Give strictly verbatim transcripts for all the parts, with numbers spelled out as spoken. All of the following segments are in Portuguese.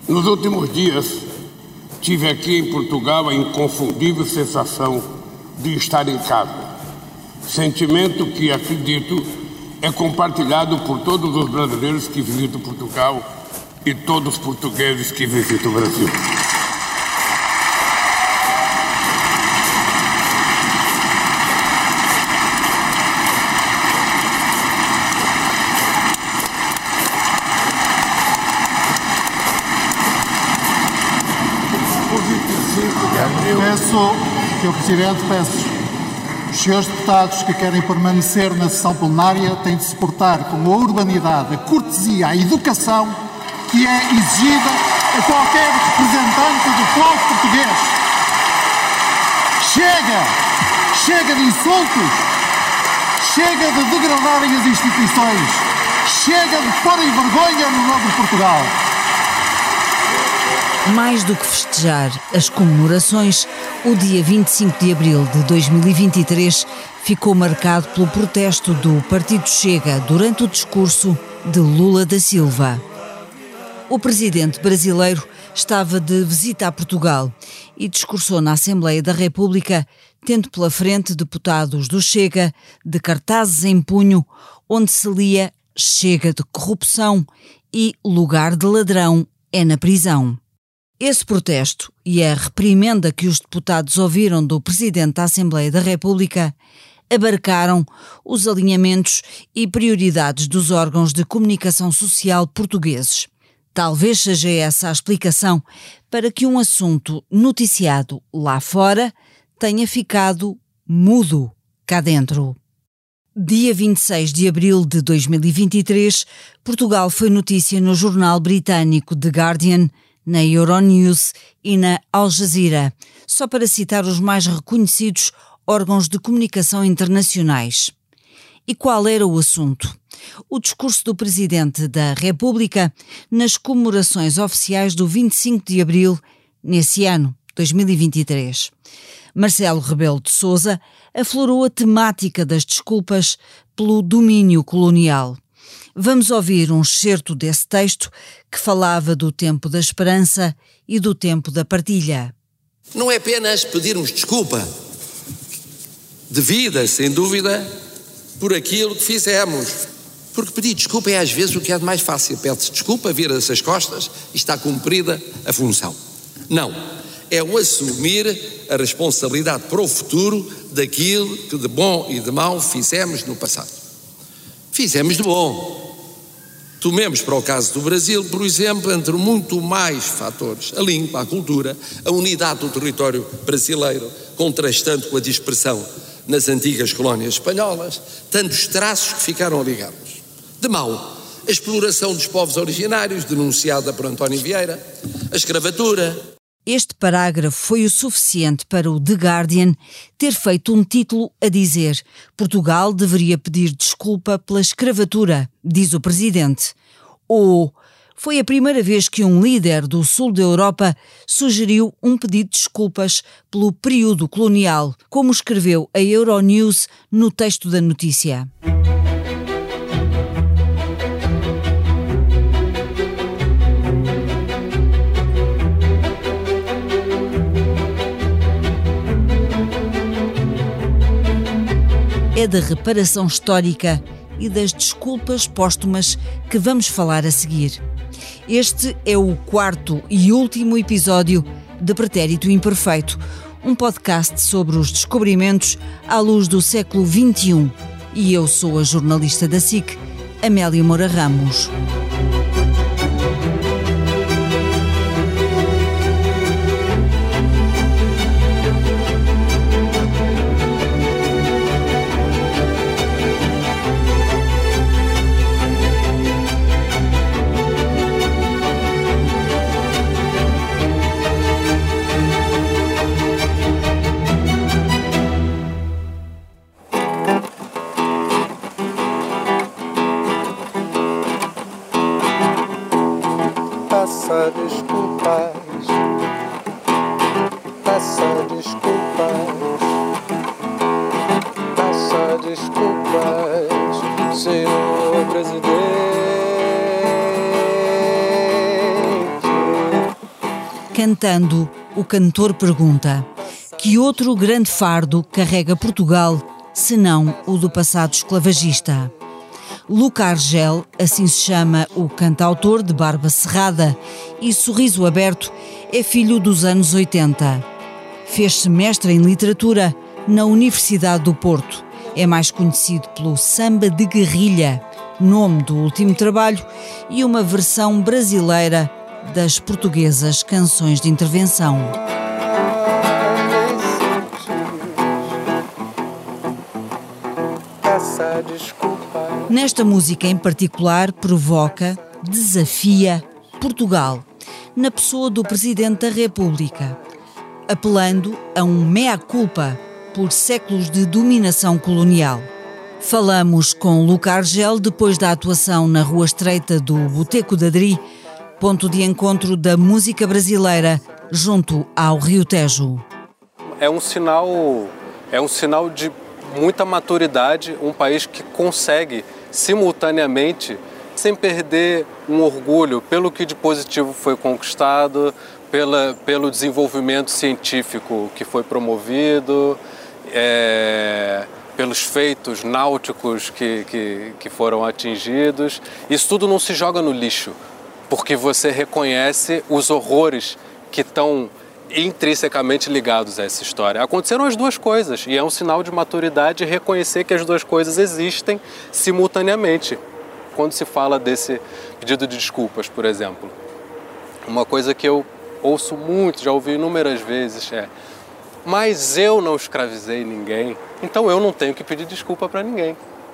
Nos últimos dias, tive aqui em Portugal a inconfundível sensação de estar em casa. Sentimento que, acredito, é compartilhado por todos os brasileiros que visitam Portugal e todos os portugueses que visitam o Brasil. Peço, senhor Presidente, peço. Os senhores deputados que querem permanecer na sessão plenária têm de se portar com a urbanidade, a cortesia, a educação que é exigida a qualquer representante do povo português. Chega! Chega de insultos! Chega de degradarem as instituições! Chega de porem vergonha no nome de Portugal! Mais do que festejar as comemorações, o dia vinte e cinco de abril de dois mil e vinte e três ficou marcado pelo protesto do Partido Chega durante o discurso de Lula da Silva. O presidente brasileiro estava de visita a Portugal e discursou na Assembleia da República, tendo pela frente deputados do Chega, de cartazes em punho, onde se lia "Chega de corrupção" e "Lugar de ladrão é na prisão". Esse protesto e a reprimenda que os deputados ouviram do Presidente da Assembleia da República abarcaram os alinhamentos e prioridades dos órgãos de comunicação social portugueses. Talvez seja essa a explicação para que um assunto noticiado lá fora tenha ficado mudo cá dentro. Dia vinte e seis de abril de dois mil e vinte e três, Portugal foi notícia no jornal britânico The Guardian, na Euronews e na Al Jazeera, só para citar os mais reconhecidos órgãos de comunicação internacionais. E qual era o assunto? O discurso do Presidente da República nas comemorações oficiais do vinte e cinco de abril, nesse ano, dois mil e vinte e três. Marcelo Rebelo de Sousa aflorou a temática das desculpas pelo domínio colonial. Vamos ouvir um excerto desse texto que falava do tempo da esperança e do tempo da partilha. Não é apenas pedirmos desculpa, devida, sem dúvida, por aquilo que fizemos. Porque pedir desculpa é às vezes o que é de mais fácil. Pede-se desculpa, vira-se as costas e está cumprida a função. Não, é o assumir a responsabilidade para o futuro daquilo que de bom e de mau fizemos no passado. Fizemos de bom. Tomemos para o caso do Brasil, por exemplo, entre muito mais fatores, a língua, a cultura, a unidade do território brasileiro, contrastando com a dispersão nas antigas colónias espanholas, tantos traços que ficaram ligados. De mau, a exploração dos povos originários, denunciada por António Vieira, a escravatura. Este parágrafo foi o suficiente para o The Guardian ter feito um título a dizer: Portugal deveria pedir desculpa pela escravatura, diz o Presidente. Ou foi a primeira vez que um líder do sul da Europa sugeriu um pedido de desculpas pelo período colonial, como escreveu a Euronews no texto da notícia. É da reparação histórica e das desculpas póstumas que vamos falar a seguir. Este é o quarto e último episódio de Pretérito Imperfeito, um podcast sobre os descobrimentos à luz do século vinte e um. E eu sou a jornalista da S I C, Amélia Moura Ramos. Peça desculpas, peça desculpas, peça desculpas, senhor presidente. Cantando, o cantor pergunta: que outro grande fardo carrega Portugal, senão o do passado esclavagista? Luca Argel, assim se chama o cantautor de barba cerrada e sorriso aberto, é filho dos anos oitenta. Fez-se mestre em literatura na Universidade do Porto. É mais conhecido pelo Samba de Guerrilha, nome do último trabalho, e uma versão brasileira das portuguesas Canções de Intervenção. Nesta música em particular, provoca, desafia Portugal, na pessoa do Presidente da República, apelando a um mea-culpa por séculos de dominação colonial. Falamos com Luca Argel depois da atuação na Rua Estreita do Boteco da Dri, ponto de encontro da música brasileira junto ao Rio Tejo. É um sinal, é um sinal de muita maturidade, um país que consegue simultaneamente, sem perder um orgulho pelo que de positivo foi conquistado, pela, pelo desenvolvimento científico que foi promovido, é, pelos feitos náuticos que, que, que foram atingidos. Isso tudo não se joga no lixo, porque você reconhece os horrores que estão intrinsecamente ligados a essa história. Aconteceram as duas coisas e é um sinal de maturidade reconhecer que as duas coisas existem simultaneamente. Quando se fala desse pedido de desculpas, por exemplo, uma coisa que eu ouço muito, já ouvi inúmeras vezes é: mas eu não escravizei ninguém, então eu não tenho que pedir desculpa para ninguém.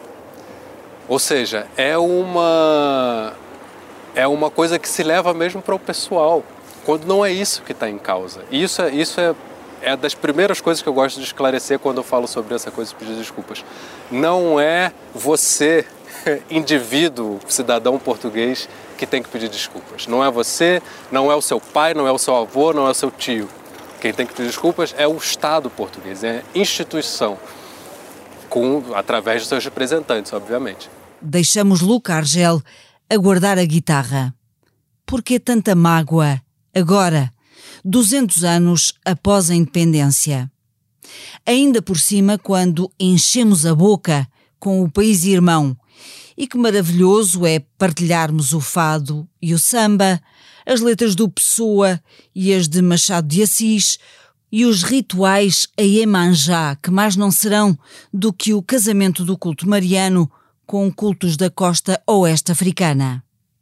Ou seja, é uma, é uma coisa que se leva mesmo para o pessoal, quando não é isso que está em causa. E isso, é, isso é, é das primeiras coisas que eu gosto de esclarecer quando eu falo sobre essa coisa de pedir desculpas. Não é você, indivíduo, cidadão português, que tem que pedir desculpas. Não é você, não é o seu pai, não é o seu avô, não é o seu tio. Quem tem que pedir desculpas é o Estado português, é a instituição, com, através dos seus representantes, obviamente. Deixamos Luca Argel a guardar a guitarra. Por que tanta mágoa agora, duzentos anos após a independência? Ainda por cima, quando enchemos a boca com o país irmão, e que maravilhoso é partilharmos o fado e o samba, as letras do Pessoa e as de Machado de Assis, e os rituais a Iemanjá, que mais não serão do que o casamento do culto mariano com cultos da costa oeste africana.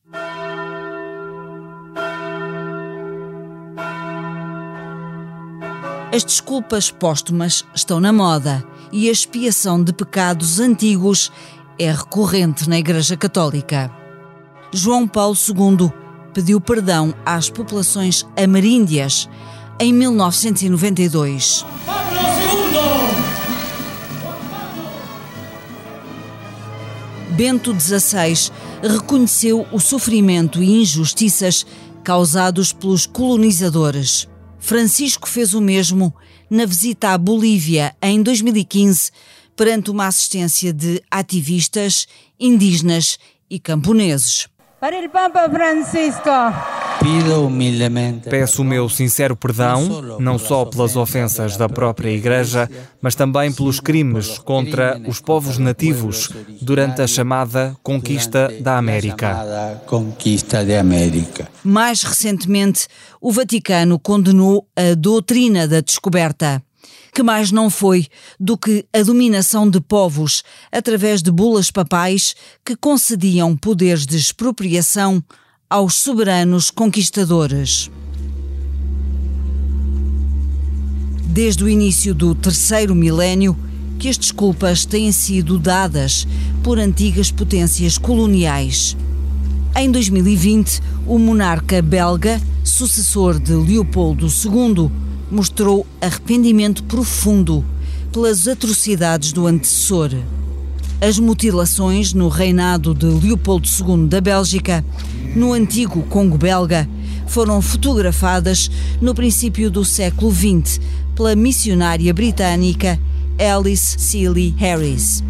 As desculpas póstumas estão na moda e a expiação de pecados antigos é recorrente na Igreja Católica. João Paulo segundo pediu perdão às populações ameríndias em mil novecentos e noventa e dois. Bento dezasseis reconheceu o sofrimento e injustiças causados pelos colonizadores. Francisco fez o mesmo na visita à Bolívia em dois mil e quinze, perante uma assistência de ativistas, indígenas e camponeses. Para o Papa Francisco, peço o meu sincero perdão, não só pelas ofensas da própria Igreja, mas também pelos crimes contra os povos nativos durante a chamada Conquista da América. Mais recentemente, o Vaticano condenou a doutrina da descoberta, que mais não foi do que a dominação de povos através de bulas papais que concediam poderes de expropriação aos soberanos conquistadores. Desde o início do terceiro milénio, que as desculpas têm sido dadas por antigas potências coloniais. Em dois mil e vinte, o monarca belga, sucessor de Leopoldo segundo, mostrou arrependimento profundo pelas atrocidades do antecessor. As mutilações no reinado de Leopoldo segundo da Bélgica, no antigo Congo belga, foram fotografadas no princípio do século vinte pela missionária britânica Alice Seeley Harris.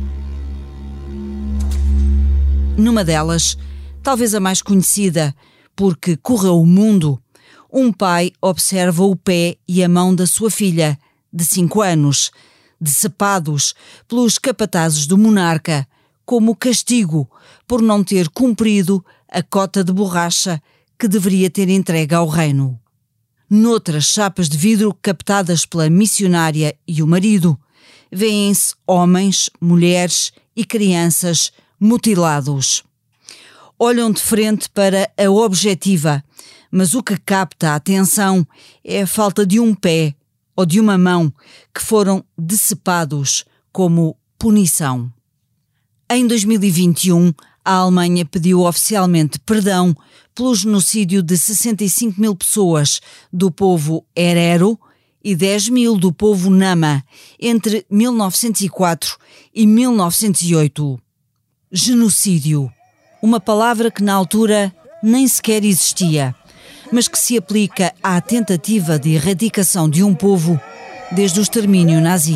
Numa delas, talvez a mais conhecida, porque correu o mundo, um pai observa o pé e a mão da sua filha, de cinco anos, decepados pelos capatazes do monarca, como castigo por não ter cumprido a cota de borracha que deveria ter entregue ao reino. Noutras chapas de vidro captadas pela missionária e o marido, vêem-se homens, mulheres e crianças mutilados. Olham de frente para a objetiva, mas o que capta a atenção é a falta de um pé ou de uma mão que foram decepados como punição. Em dois mil e vinte e um, a Alemanha pediu oficialmente perdão pelo genocídio de sessenta e cinco mil pessoas do povo Herero e dez mil do povo Nama entre mil novecentos e quatro e mil novecentos e oito. Genocídio, uma palavra que na altura nem sequer existia, mas que se aplica à tentativa de erradicação de um povo desde o extermínio nazi.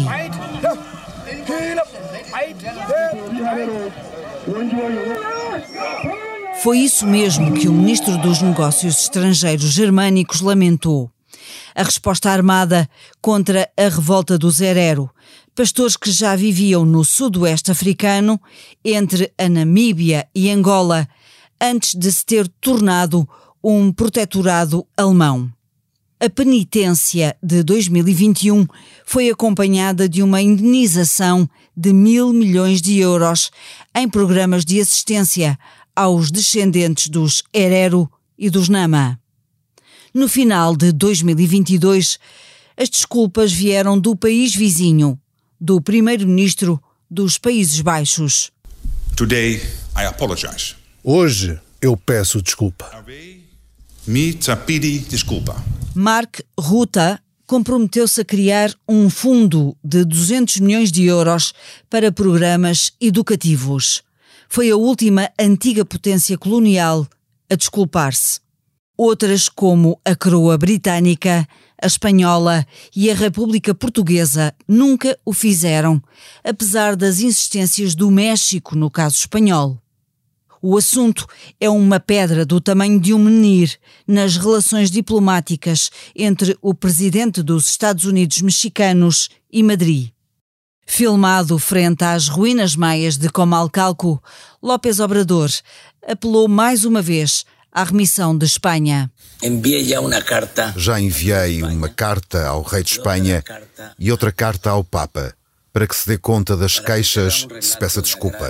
Foi isso mesmo que o ministro dos Negócios Estrangeiros germânicos lamentou. A resposta armada contra a revolta dos Herero, pastores que já viviam no sudoeste africano, entre a Namíbia e Angola, antes de se ter tornado um protetorado alemão. A penitência de dois mil e vinte e um foi acompanhada de uma indenização de mil milhões de euros em programas de assistência aos descendentes dos Herero e dos Nama. No final de dois mil e vinte e dois, as desculpas vieram do país vizinho, do primeiro-ministro dos Países Baixos. Today I apologize. Hoje eu peço desculpa. Me pedi desculpa. Mark Rutte comprometeu-se a criar um fundo de duzentos milhões de euros para programas educativos. Foi a última antiga potência colonial a desculpar-se. Outras, como a coroa britânica, a espanhola e a República Portuguesa, nunca o fizeram, apesar das insistências do México no caso espanhol. O assunto é uma pedra do tamanho de um menir nas relações diplomáticas entre o presidente dos Estados Unidos mexicanos e Madrid. Filmado frente às ruínas maias de Comalcalco, López Obrador apelou mais uma vez à remissão de Espanha. Já enviei uma carta ao rei de Espanha e outra carta ao Papa, para que se dê conta das queixas, se peça desculpa.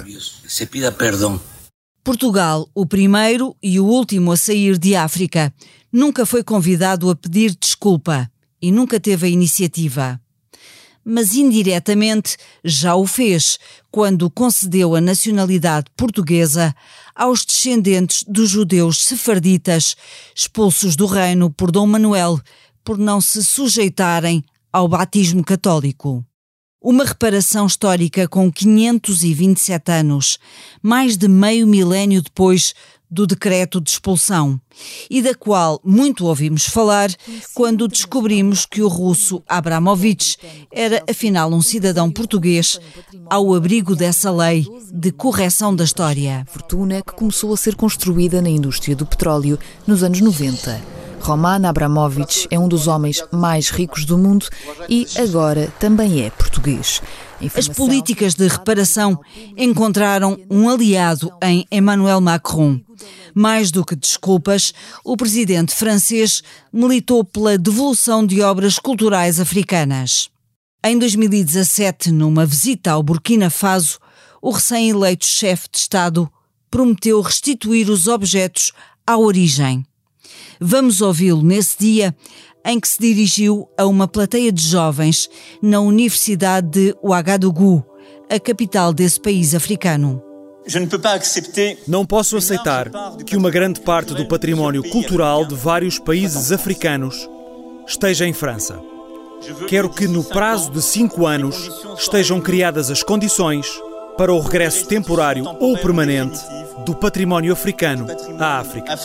Portugal, o primeiro e o último a sair de África, nunca foi convidado a pedir desculpa e nunca teve a iniciativa. Mas indiretamente já o fez quando concedeu a nacionalidade portuguesa aos descendentes dos judeus sefarditas expulsos do reino por Dom Manuel por não se sujeitarem ao batismo católico. Uma reparação histórica com quinhentos e vinte e sete anos, mais de meio milénio depois do decreto de expulsão, e da qual muito ouvimos falar quando descobrimos que o russo Abramovich era afinal um cidadão português ao abrigo dessa lei de correção da história. Fortuna que começou a ser construída na indústria do petróleo nos anos noventa. Roman Abramovich é um dos homens mais ricos do mundo e agora também é português. As políticas de reparação encontraram um aliado em Emmanuel Macron. Mais do que desculpas, o presidente francês militou pela devolução de obras culturais africanas. Em dois mil e dezassete, numa visita ao Burkina Faso, o recém-eleito chefe de Estado prometeu restituir os objetos à origem. Vamos ouvi-lo nesse dia em que se dirigiu a uma plateia de jovens na Universidade de Ouagadougou, a capital desse país africano. Não posso aceitar que uma grande parte do património cultural de vários países africanos esteja em França. Quero que no prazo de cinco anos estejam criadas as condições para o regresso temporário ou permanente do património africano à África.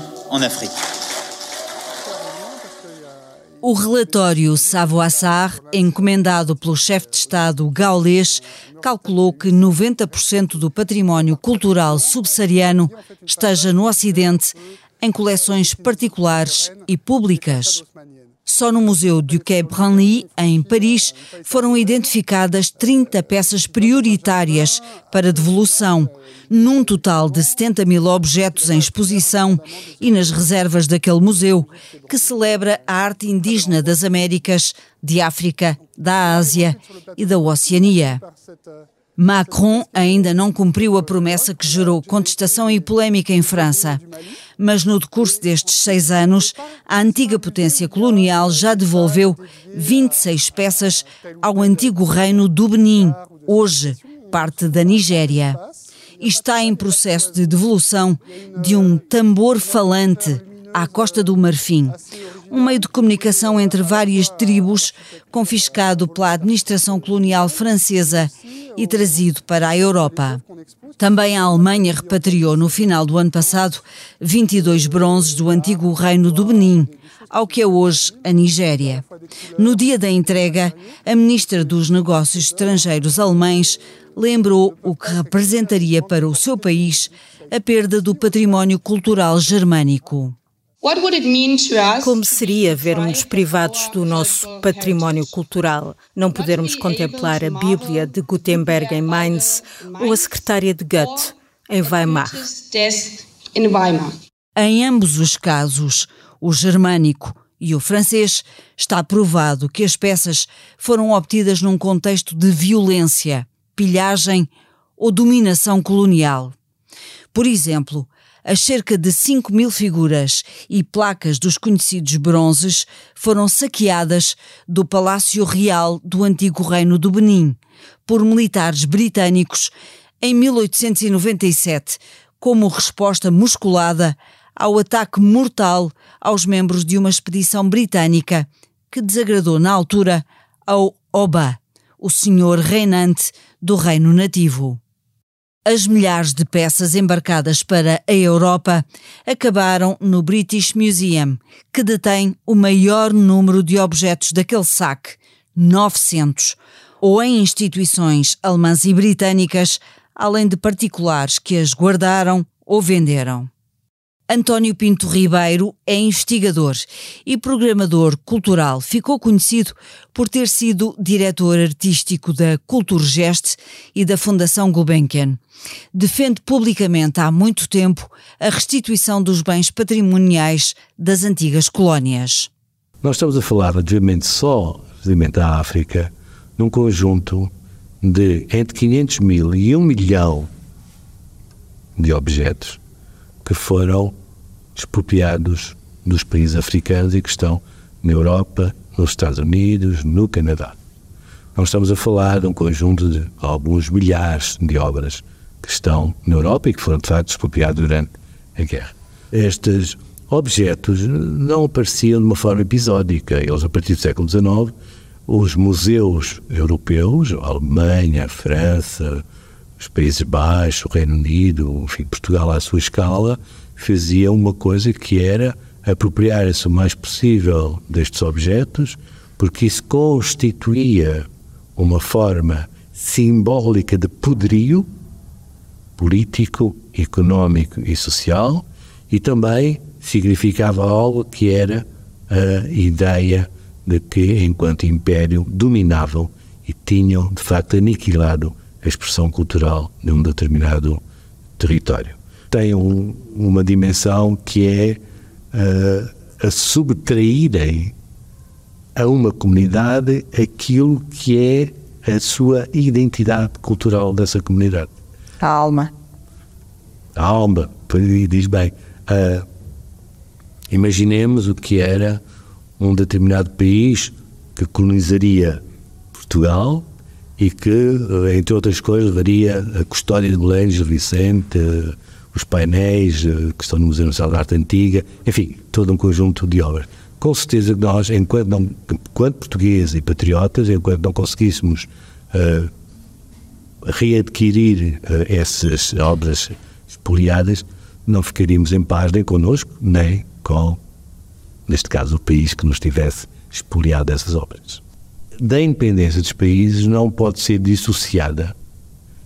O relatório Savoassar, encomendado pelo chefe de Estado gaulês, calculou que noventa por cento do património cultural subsaariano esteja no Ocidente em coleções particulares e públicas. Só no Museu du Quai Branly, em Paris, foram identificadas trinta peças prioritárias para devolução, num total de setenta mil objetos em exposição e nas reservas daquele museu, que celebra a arte indígena das Américas, de África, da Ásia e da Oceania. Macron ainda não cumpriu a promessa que gerou contestação e polémica em França. Mas no decurso destes seis anos, a antiga potência colonial já devolveu vinte e seis peças ao antigo reino do Benin, hoje parte da Nigéria. E está em processo de devolução de um tambor falante à Costa do Marfim, um meio de comunicação entre várias tribos, confiscado pela administração colonial francesa e trazido para a Europa. Também a Alemanha repatriou no final do ano passado vinte e dois bronzes do antigo reino do Benin, ao que é hoje a Nigéria. No dia da entrega, a ministra dos Negócios Estrangeiros alemães lembrou o que representaria para o seu país a perda do património cultural germânico. Como seria vermos privados do nosso património cultural, não podermos contemplar a Bíblia de Gutenberg em Mainz ou a Secretária de Goethe em Weimar? Em ambos os casos, o germânico e o francês, está provado que as peças foram obtidas num contexto de violência, pilhagem ou dominação colonial. Por exemplo, as cerca de cinco mil figuras e placas dos conhecidos bronzes foram saqueadas do Palácio Real do antigo Reino do Benin por militares britânicos em mil oitocentos e noventa e sete, como resposta musculada ao ataque mortal aos membros de uma expedição britânica que desagradou na altura ao Oba, o senhor reinante do reino nativo. As milhares de peças embarcadas para a Europa acabaram no British Museum, que detém o maior número de objetos daquele saque, novecentos, ou em instituições alemãs e britânicas, além de particulares que as guardaram ou venderam. António Pinto Ribeiro é investigador e programador cultural. Ficou conhecido por ter sido diretor artístico da Kulturgest e da Fundação Gulbenkian. Defende publicamente há muito tempo a restituição dos bens patrimoniais das antigas colónias. Nós estamos a falar, relativamente só relativamente à África, num conjunto de entre quinhentos mil e um milhão de objetos que foram expropriados dos países africanos e que estão na Europa, nos Estados Unidos, no Canadá. Nós estamos a falar de um conjunto de alguns milhares de obras que estão na Europa e que foram, de facto, expropriados durante a guerra. Estes objetos não apareciam de uma forma episódica. Eles, a partir do século dezenove, os museus europeus, a Alemanha, a França, os Países Baixos, o Reino Unido, enfim, Portugal à sua escala, faziam uma coisa que era apropriar-se o mais possível destes objetos, porque isso constituía uma forma simbólica de poderio político, económico e social, e também significava algo que era a ideia de que, enquanto império, dominavam e tinham, de facto, aniquilado a expressão cultural de um determinado território. Tem um, uma dimensão que é uh, a subtraírem a uma comunidade aquilo que é a sua identidade cultural dessa comunidade. A alma. A alma, diz bem. Uh, imaginemos o que era um determinado país que colonizaria Portugal e que, entre outras coisas, levaria a custódia de Belém, Gil Vicente, os painéis que estão no Museu Nacional de Arte Antiga, enfim, todo um conjunto de obras. Com certeza que nós, enquanto, não, enquanto portugueses e patriotas, enquanto não conseguíssemos uh, readquirir uh, essas obras espoliadas, não ficaríamos em paz nem connosco, nem com, neste caso, o país que nos tivesse espoliado essas obras. Da independência dos países não pode ser dissociada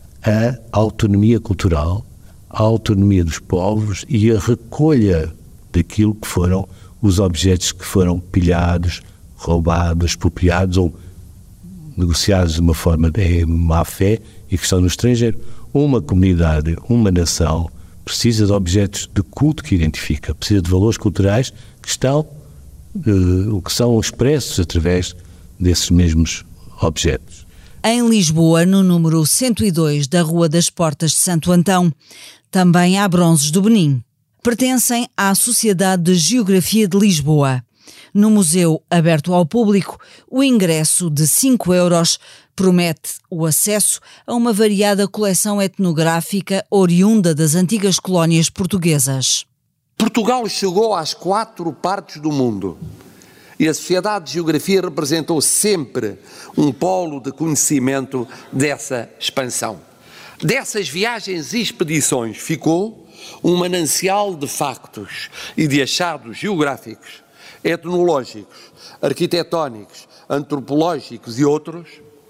a autonomia cultural, a autonomia dos povos e a recolha daquilo que foram os objetos que foram pilhados, roubados, expropriados ou negociados de uma forma de má fé e que estão no estrangeiro. Uma comunidade, uma nação, precisa de objetos de culto que identifica, precisa de valores culturais que estão, uh, que são expressos através desses mesmos objetos. Em Lisboa, no número cento e dois da Rua das Portas de Santo Antão, também há bronzes do Benin. Pertencem à Sociedade de Geografia de Lisboa. No museu aberto ao público, o ingresso de cinco euros promete o acesso a uma variada coleção etnográfica oriunda das antigas colónias portuguesas. Portugal chegou às quatro partes do mundo e a Sociedade de Geografia representou sempre um polo de conhecimento dessa expansão. Dessas viagens e expedições ficou um manancial de factos e de achados geográficos, etnológicos, arquitetónicos, antropológicos e outros,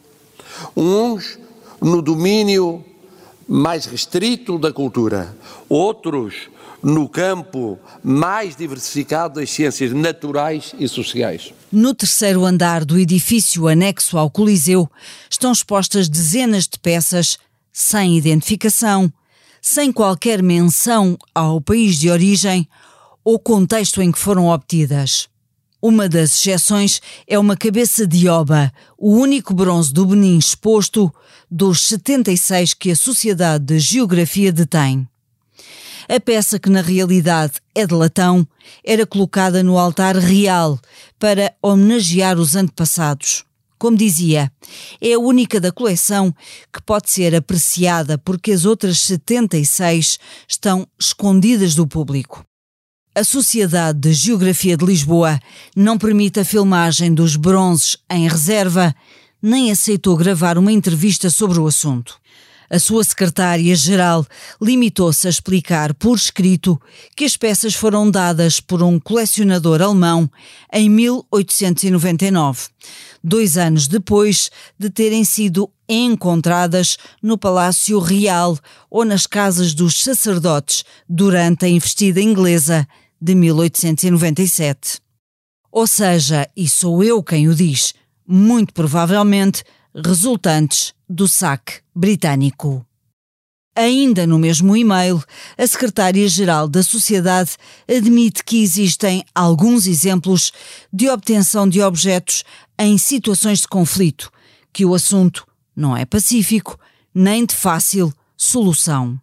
uns no domínio mais restrito da cultura, outros no campo mais diversificado das ciências naturais e sociais. No terceiro andar do edifício anexo ao Coliseu estão expostas dezenas de peças sem identificação, sem qualquer menção ao país de origem ou contexto em que foram obtidas. Uma das exceções é uma cabeça de oba, o único bronze do Benin exposto dos setenta e seis que a Sociedade de Geografia detém. A peça, que na realidade é de latão, era colocada no altar real para homenagear os antepassados. Como dizia, é a única da coleção que pode ser apreciada porque as outras setenta e seis estão escondidas do público. A Sociedade de Geografia de Lisboa não permite a filmagem dos bronzes em reserva, nem aceitou gravar uma entrevista sobre o assunto. A sua secretária-geral limitou-se a explicar por escrito que as peças foram dadas por um colecionador alemão em mil oitocentos e noventa e nove, dois anos depois de terem sido encontradas no Palácio Real ou nas casas dos sacerdotes durante a investida inglesa de mil oitocentos e noventa e sete. Ou seja, e sou eu quem o diz, muito provavelmente resultantes do saque britânico. Ainda no mesmo e-mail, a secretária-geral da Sociedade admite que existem alguns exemplos de obtenção de objetos em situações de conflito, que o assunto não é pacífico nem de fácil solução.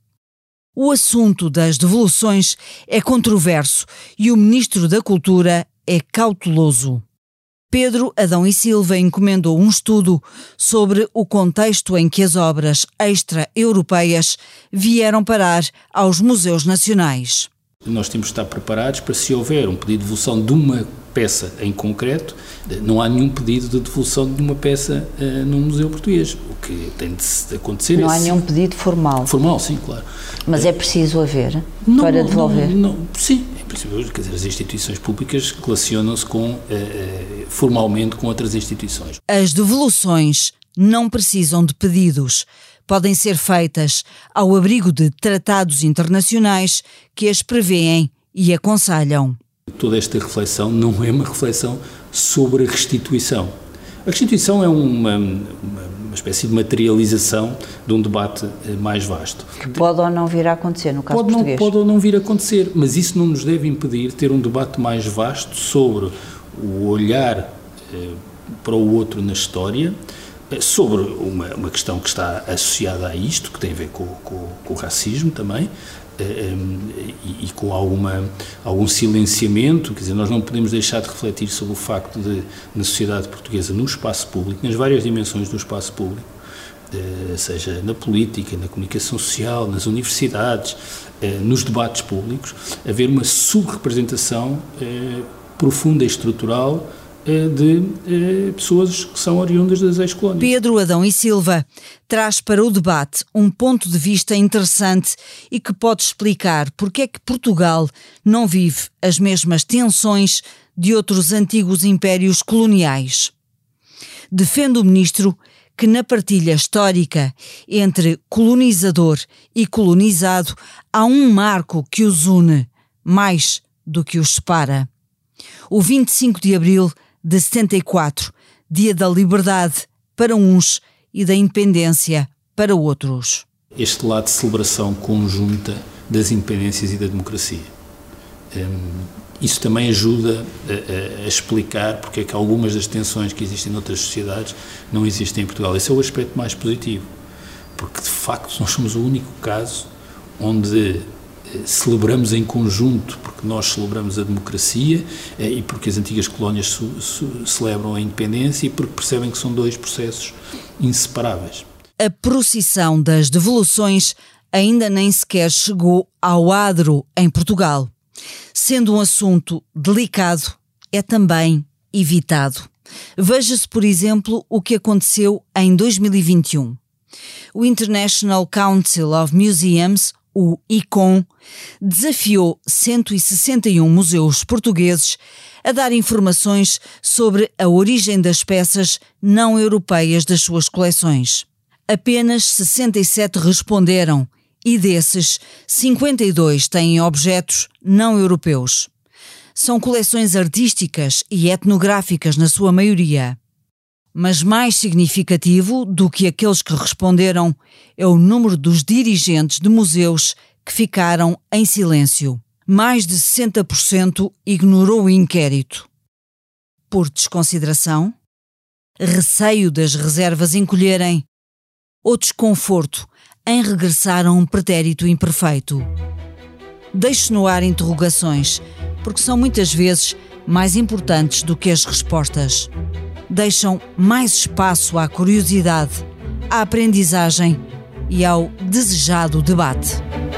O assunto das devoluções é controverso e o Ministro da Cultura é cauteloso. Pedro Adão e Silva encomendou um estudo sobre o contexto em que as obras extra-europeias vieram parar aos museus nacionais. Nós temos de estar preparados para, se houver um pedido de devolução de uma peça em concreto, não há nenhum pedido de devolução de uma peça uh, num museu português. O que tem de acontecer não é... há nenhum pedido formal. Formal, sim, claro. Mas é preciso haver não, para não, devolver? Não, não, sim, é preciso. Quer dizer, as instituições públicas relacionam-se com, uh, uh, formalmente com outras instituições. As devoluções não precisam de pedidos. Podem ser feitas ao abrigo de tratados internacionais que as prevêem e aconselham. Toda esta reflexão não é uma reflexão sobre a restituição. A restituição é uma, uma, uma espécie de materialização de um debate mais vasto. Que pode ou não vir a acontecer, no caso pode português. Não, pode ou não vir a acontecer, mas isso não nos deve impedir de ter um debate mais vasto sobre o olhar eh, para o outro na história, sobre uma, uma questão que está associada a isto, que tem a ver com, com, com o racismo também, e, e com alguma, algum silenciamento. Quer dizer, nós não podemos deixar de refletir sobre o facto de, na sociedade portuguesa, no espaço público, nas várias dimensões do espaço público, seja na política, na comunicação social, nas universidades, nos debates públicos, haver uma subrepresentação profunda e estrutural de eh, pessoas que são oriundas das ex-colónias. Pedro Adão e Silva traz para o debate um ponto de vista interessante e que pode explicar porque é que Portugal não vive as mesmas tensões de outros antigos impérios coloniais. Defende o ministro que na partilha histórica entre colonizador e colonizado há um marco que os une, mais do que os separa. O vinte e cinco de abril de setenta e quatro, dia da liberdade para uns e da independência para outros. Este lado de celebração conjunta das independências e da democracia. Isso também ajuda a, a, a explicar porque é que algumas das tensões que existem noutras sociedades não existem em Portugal. Esse é o aspecto mais positivo, porque de facto nós somos o único caso onde celebramos em conjunto, porque nós celebramos a democracia e porque as antigas colónias su, su, celebram a independência e porque percebem que são dois processos inseparáveis. A procissão das devoluções ainda nem sequer chegou ao adro em Portugal. Sendo um assunto delicado, é também evitado. Veja-se, por exemplo, o que aconteceu em dois mil e vinte e um. O International Council of Museums, o I C O M, desafiou cento e sessenta e um museus portugueses a dar informações sobre a origem das peças não europeias das suas coleções. Apenas sessenta e sete responderam e desses, cinquenta e dois têm objetos não europeus. São coleções artísticas e etnográficas na sua maioria. Mas mais significativo do que aqueles que responderam é o número dos dirigentes de museus que ficaram em silêncio. Mais de sessenta por cento ignorou o inquérito. Por desconsideração? Receio das reservas encolherem? Ou desconforto em regressar a um pretérito imperfeito? Deixo no ar interrogações, porque são muitas vezes mais importantes do que as respostas. Deixam mais espaço à curiosidade, à aprendizagem e ao desejado debate.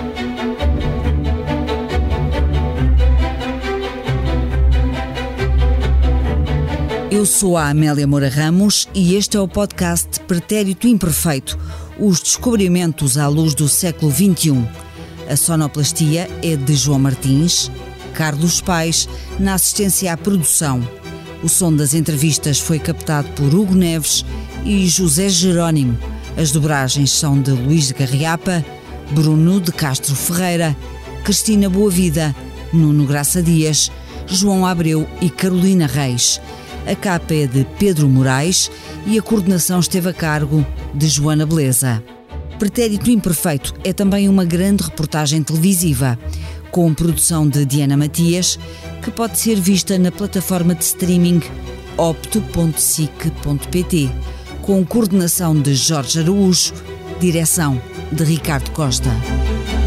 Eu sou a Amélia Moura Ramos e este é o podcast Pretérito Imperfeito, os descobrimentos à luz do século vinte e um. A sonoplastia é de João Martins, Carlos Paes, na assistência à produção. O som das entrevistas foi captado por Hugo Neves e José Jerónimo. As dobragens são de Luís de Garriapa, Bruno de Castro Ferreira, Cristina Boavida, Nuno Graça Dias, João Abreu e Carolina Reis. A capa é de Pedro Moraes e a coordenação esteve a cargo de Joana Beleza. Pretérito Imperfeito é também uma grande reportagem televisiva, com produção de Diana Matias, que pode ser vista na plataforma de streaming opto ponto sic ponto pt, com coordenação de Jorge Araújo, direção de Ricardo Costa.